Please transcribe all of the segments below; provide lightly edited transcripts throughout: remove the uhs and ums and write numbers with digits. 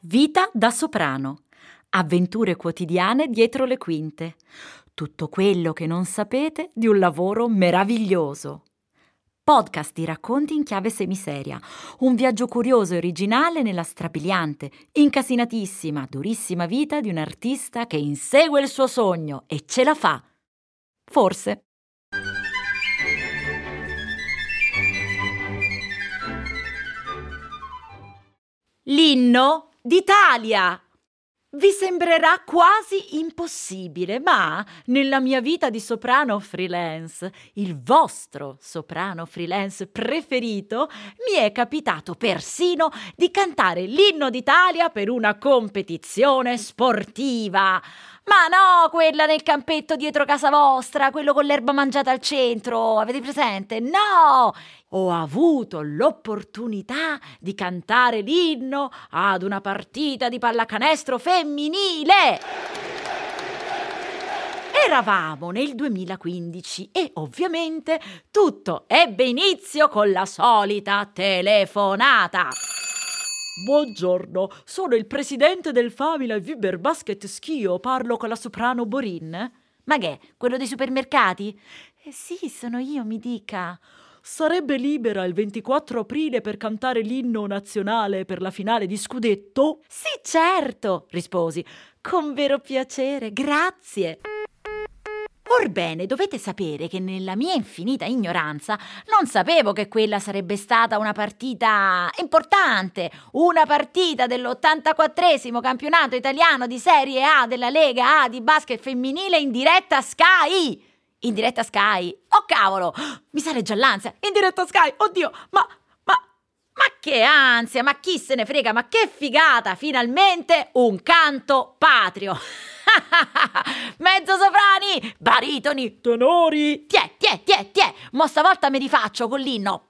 Vita da soprano. Avventure quotidiane dietro le quinte. Tutto quello che non sapete di un lavoro meraviglioso. Podcast di racconti in chiave semiseria. Un viaggio curioso e originale nella strabiliante, incasinatissima, durissima vita di un artista che insegue il suo sogno e ce la fa. Forse. L'inno d'Italia! Vi sembrerà quasi impossibile, ma nella mia vita di soprano freelance, il vostro soprano freelance preferito, mi è capitato persino di cantare l'inno d'Italia per una competizione sportiva. Ma no, quella nel campetto dietro casa vostra, quello con l'erba mangiata al centro, avete presente? No! Ho avuto l'opportunità di cantare l'inno ad una partita di pallacanestro femminile. Eravamo nel 2015 e ovviamente tutto ebbe inizio con la solita telefonata. Buongiorno, sono il presidente del Famila Viber Basket Schio, parlo con la soprano Borin. Ma che, quello dei supermercati? Sì, sono io, mi dica. Sarebbe libera il 24 aprile per cantare l'inno nazionale per la finale di scudetto? Sì, certo, risposi, con vero piacere, grazie. Orbene, dovete sapere che nella mia infinita ignoranza non sapevo che quella sarebbe stata una partita importante, una partita dell'84esimo campionato italiano di Serie A della Lega A di basket femminile in diretta Sky! In diretta Sky? Oh cavolo! Mi sale già l'ansia! In diretta Sky! Oddio! Ma che ansia! Ma chi se ne frega? Ma che figata! Finalmente un canto patrio! Mezzosoprani, baritoni, tenori. Tiè. Mo stavolta mi rifaccio con l'inno.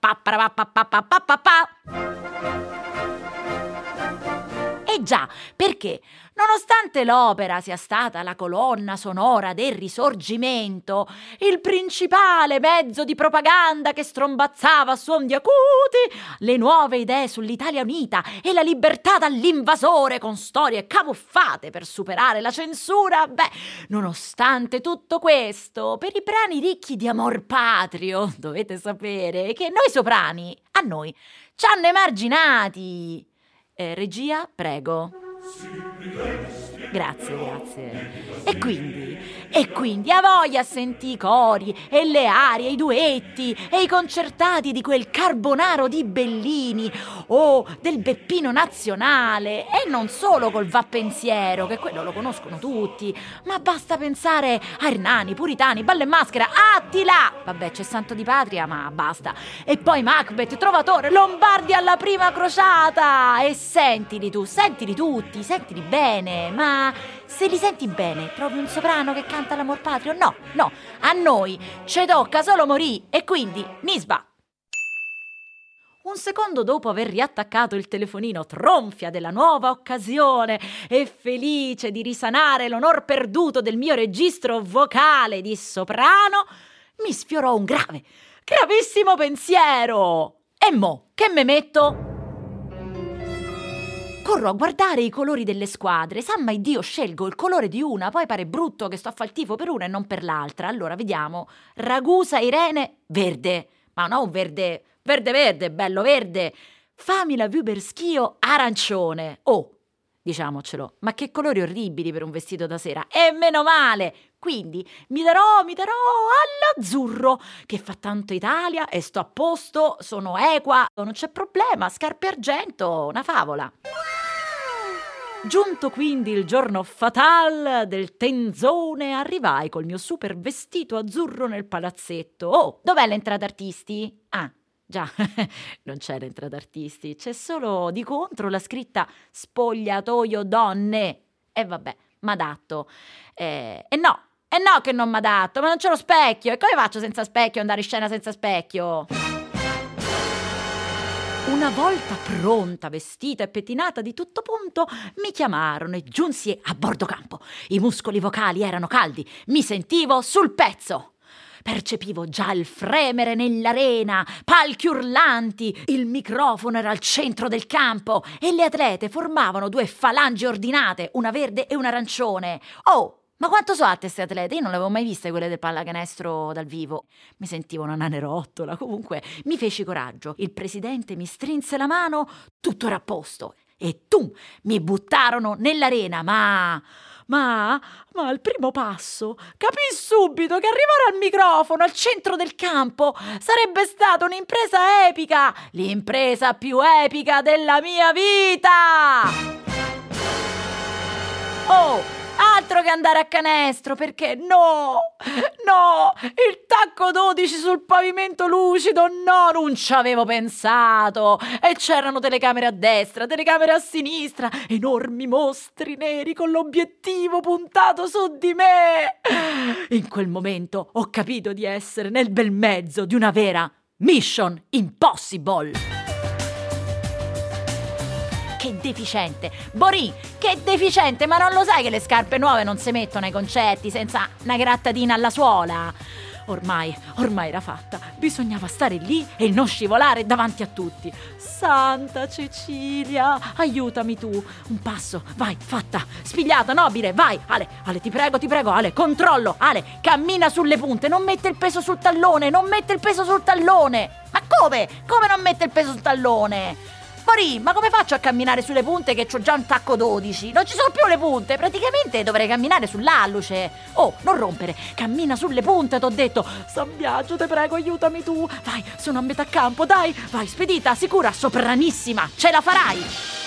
E già, perché nonostante l'opera sia stata la colonna sonora del Risorgimento, il principale mezzo di propaganda che strombazzava a suon di acuti le nuove idee sull'Italia unita e la libertà dall'invasore con storie camuffate per superare la censura, nonostante tutto questo, per i brani ricchi di amor patrio, dovete sapere che noi soprani, a noi, ci hanno emarginati. Regia, prego. Grazie. E quindi a voglia sentì i cori e le arie, i duetti e i concertati di quel Carbonaro di Bellini o del Beppino Nazionale, e non solo col Va Pensiero, che quello lo conoscono tutti, ma basta pensare a Hernani, Puritani, Ballo e Maschera, Attila, vabbè c'è Santo di Patria ma basta, e poi Macbeth, Trovatore, Lombardi alla prima crociata. E sentili tutti, sentili bene, ma se li senti bene trovi un soprano che canta l'amor patrio? No, a noi ci tocca solo morì, e quindi nisba. Un secondo dopo aver riattaccato il telefonino, tronfia della nuova occasione e felice di risanare l'onor perduto del mio registro vocale di soprano, mi sfiorò un gravissimo pensiero. E mo, che me metto? Corro a guardare i colori delle squadre, sa mai Dio, scelgo il colore di una, poi pare brutto che sto a far tifo per una e non per l'altra. Allora, vediamo. Ragusa Irene, verde. Ma no, verde, bello verde. Famila Viber Schio, arancione. Oh, diciamocelo, ma che colori orribili per un vestito da sera. E meno male! Quindi mi darò all'azzurro, che fa tanto Italia e sto a posto, sono equa, non c'è problema, scarpe argento, una favola. Giunto quindi il giorno fatal del tenzone, arrivai col mio super vestito azzurro nel palazzetto. Oh, dov'è l'entrata artisti? Ah, già, non c'è l'entrata artisti, c'è solo di contro la scritta spogliatoio donne. E vabbè, m'adatto. E no che non m'adatto, ma non c'è lo specchio. E come faccio senza specchio, andare in scena senza specchio? Una volta pronta, vestita e pettinata di tutto punto, mi chiamarono e giunsi a bordo campo. I muscoli vocali erano caldi, mi sentivo sul pezzo. percepivo già il fremere nell'arena, palchi urlanti, il microfono era al centro del campo e le atlete formavano 2 falangi ordinate, una verde e una arancione. Oh! Ma quanto so alte queste atlete? Io non le avevo mai viste quelle del pallacanestro dal vivo. Mi sentivo una nanerottola. Comunque mi feci coraggio. Il presidente mi strinse la mano, tutto era a posto. E tum! Mi buttarono nell'arena, ma al primo passo capii subito che arrivare al microfono al centro del campo sarebbe stata un'impresa epica, l'impresa più epica della mia vita! Oh! Altro che andare a canestro, perché no, il tacco 12 sul pavimento lucido, no, non ci avevo pensato. E c'erano telecamere a destra, telecamere a sinistra, enormi mostri neri con l'obiettivo puntato su di me. In quel momento ho capito di essere nel bel mezzo di una vera Mission Impossible. Che deficiente! Borin, che deficiente! Ma non lo sai che le scarpe nuove non si mettono ai concerti senza una grattatina alla suola? Ormai era fatta. Bisognava stare lì e non scivolare davanti a tutti. Santa Cecilia, aiutami tu. Un passo, vai, fatta. Spigliata, nobile, vai. Ale, ti prego, Ale, controllo. Ale, cammina sulle punte, non mette il peso sul tallone, Ma come? Come non mette il peso sul tallone? Morì, ma come faccio a camminare sulle punte che c'ho già un tacco 12? Non ci sono più le punte, praticamente dovrei camminare sull'alluce. Oh, non rompere, cammina sulle punte, t'ho detto. San Biagio, te prego, aiutami tu. Vai, sono a metà campo, dai, vai, spedita, sicura, sopranissima, ce la farai.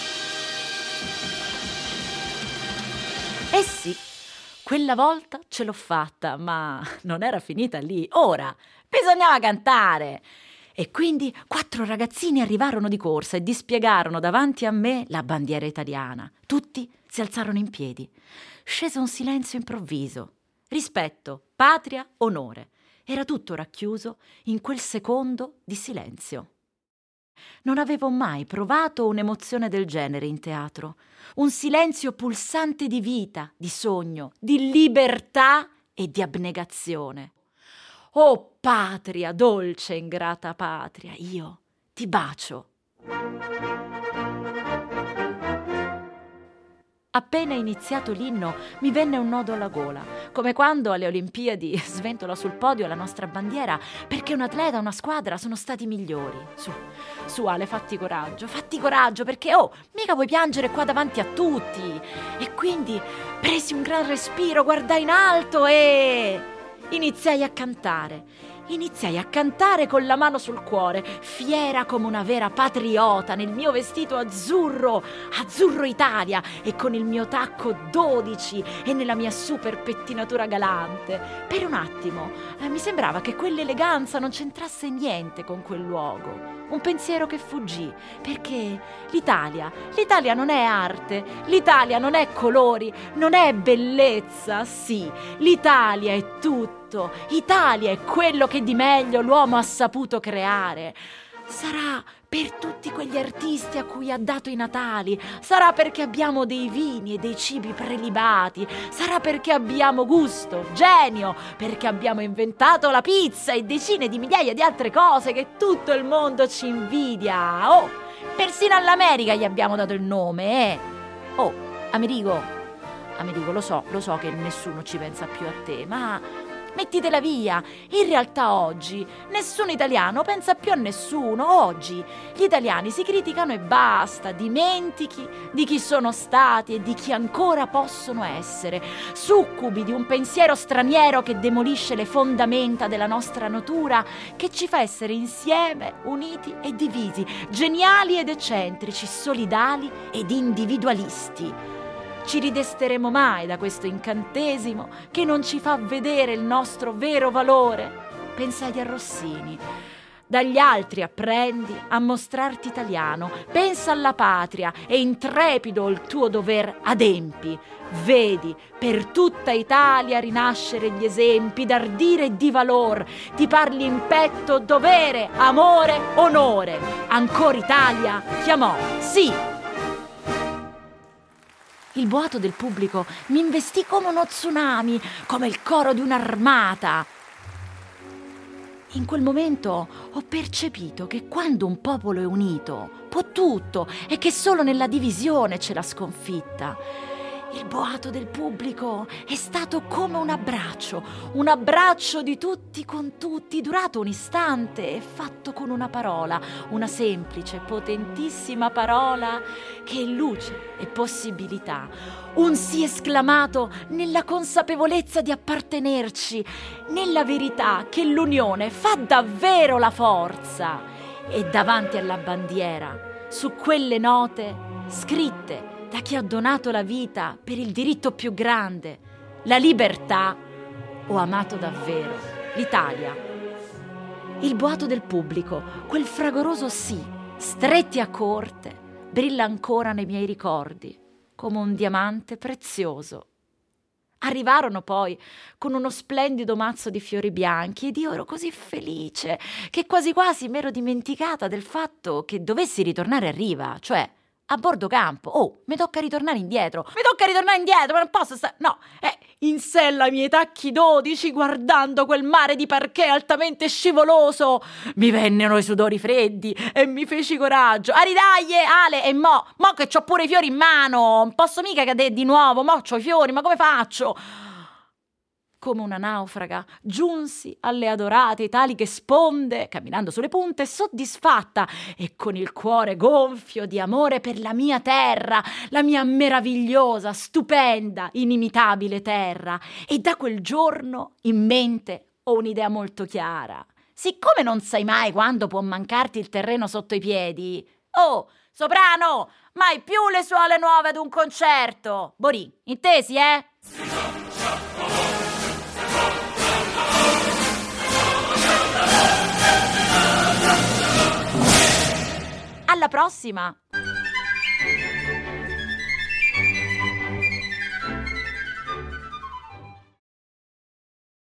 Eh sì, quella volta ce l'ho fatta, ma non era finita lì. Ora, bisognava cantare. E quindi 4 ragazzini arrivarono di corsa e dispiegarono davanti a me la bandiera italiana. Tutti si alzarono in piedi. Scese un silenzio improvviso. Rispetto, patria, onore. Era tutto racchiuso in quel secondo di silenzio. Non avevo mai provato un'emozione del genere in teatro. Un silenzio pulsante di vita, di sogno, di libertà e di abnegazione. Oh patria, dolce e ingrata patria, io ti bacio. Appena iniziato l'inno mi venne un nodo alla gola, come quando alle Olimpiadi sventola sul podio la nostra bandiera perché un atleta, una squadra sono stati migliori. Su Ale, fatti coraggio, perché mica puoi piangere qua davanti a tutti. E quindi presi un gran respiro, guardai in alto e iniziai a cantare con la mano sul cuore, fiera come una vera patriota nel mio vestito azzurro Italia e con il mio tacco 12 e nella mia super pettinatura galante. Per un attimo mi sembrava che quell'eleganza non c'entrasse niente con quel luogo. Un pensiero che fuggì, perché l'Italia non è arte, l'Italia non è colori, non è bellezza, sì, l'Italia è tutto, Italia è quello che di meglio l'uomo ha saputo creare. Sarà per tutti quegli artisti a cui ha dato i natali, sarà perché abbiamo dei vini e dei cibi prelibati, sarà perché abbiamo gusto, genio, perché abbiamo inventato la pizza e decine di migliaia di altre cose che tutto il mondo ci invidia. Persino all'America gli abbiamo dato il nome, Amerigo, lo so che nessuno ci pensa più a te, ma mettitela via. In realtà oggi nessun italiano pensa più a nessuno. Oggi gli italiani si criticano e basta. Dimentichi di chi sono stati e di chi ancora possono essere, succubi di un pensiero straniero che demolisce le fondamenta della nostra natura, che ci fa essere insieme, uniti e divisi, geniali ed eccentrici, solidali ed individualisti. Ci ridesteremo mai da questo incantesimo che non ci fa vedere il nostro vero valore? Pensai a Rossini. Dagli altri apprendi a mostrarti italiano, pensa alla patria e intrepido il tuo dover adempi. Vedi per tutta Italia rinascere gli esempi d'ardire e di valor, ti parli in petto dovere, amore, onore. Ancora Italia chiamò, sì! Il boato del pubblico mi investì come uno tsunami, come il coro di un'armata. In quel momento ho percepito che quando un popolo è unito può tutto e che solo nella divisione c'è la sconfitta. Il boato del pubblico è stato come un abbraccio di tutti con tutti, durato un istante e fatto con una parola, una semplice, potentissima parola che è luce e possibilità. Un sì esclamato nella consapevolezza di appartenerci, nella verità che l'unione fa davvero la forza. E davanti alla bandiera, su quelle note scritte da chi ha donato la vita per il diritto più grande, la libertà, ho amato davvero l'Italia. Il boato del pubblico, quel fragoroso sì, stretti a corte, brilla ancora nei miei ricordi, come un diamante prezioso. Arrivarono poi con uno splendido mazzo di fiori bianchi ed io ero così felice che quasi quasi mi ero dimenticata del fatto che dovessi ritornare a riva, cioè a bordo campo. Oh, mi tocca ritornare indietro, ma non posso stare... No, in sella ai miei tacchi 12, guardando quel mare di parquet altamente scivoloso, mi vennero i sudori freddi e mi feci coraggio. Aridaglie, Ale, e mo che c'ho pure i fiori in mano, non posso mica cadere di nuovo, mo c'ho i fiori, ma come faccio? Come una naufraga, giunsi alle adorate italiche sponde, camminando sulle punte, soddisfatta e con il cuore gonfio di amore per la mia terra, la mia meravigliosa, stupenda, inimitabile terra. E da quel giorno in mente ho un'idea molto chiara. Siccome non sai mai quando può mancarti il terreno sotto i piedi, oh, soprano, mai più le suole nuove ad un concerto. Borì, intesi, eh? Alla prossima!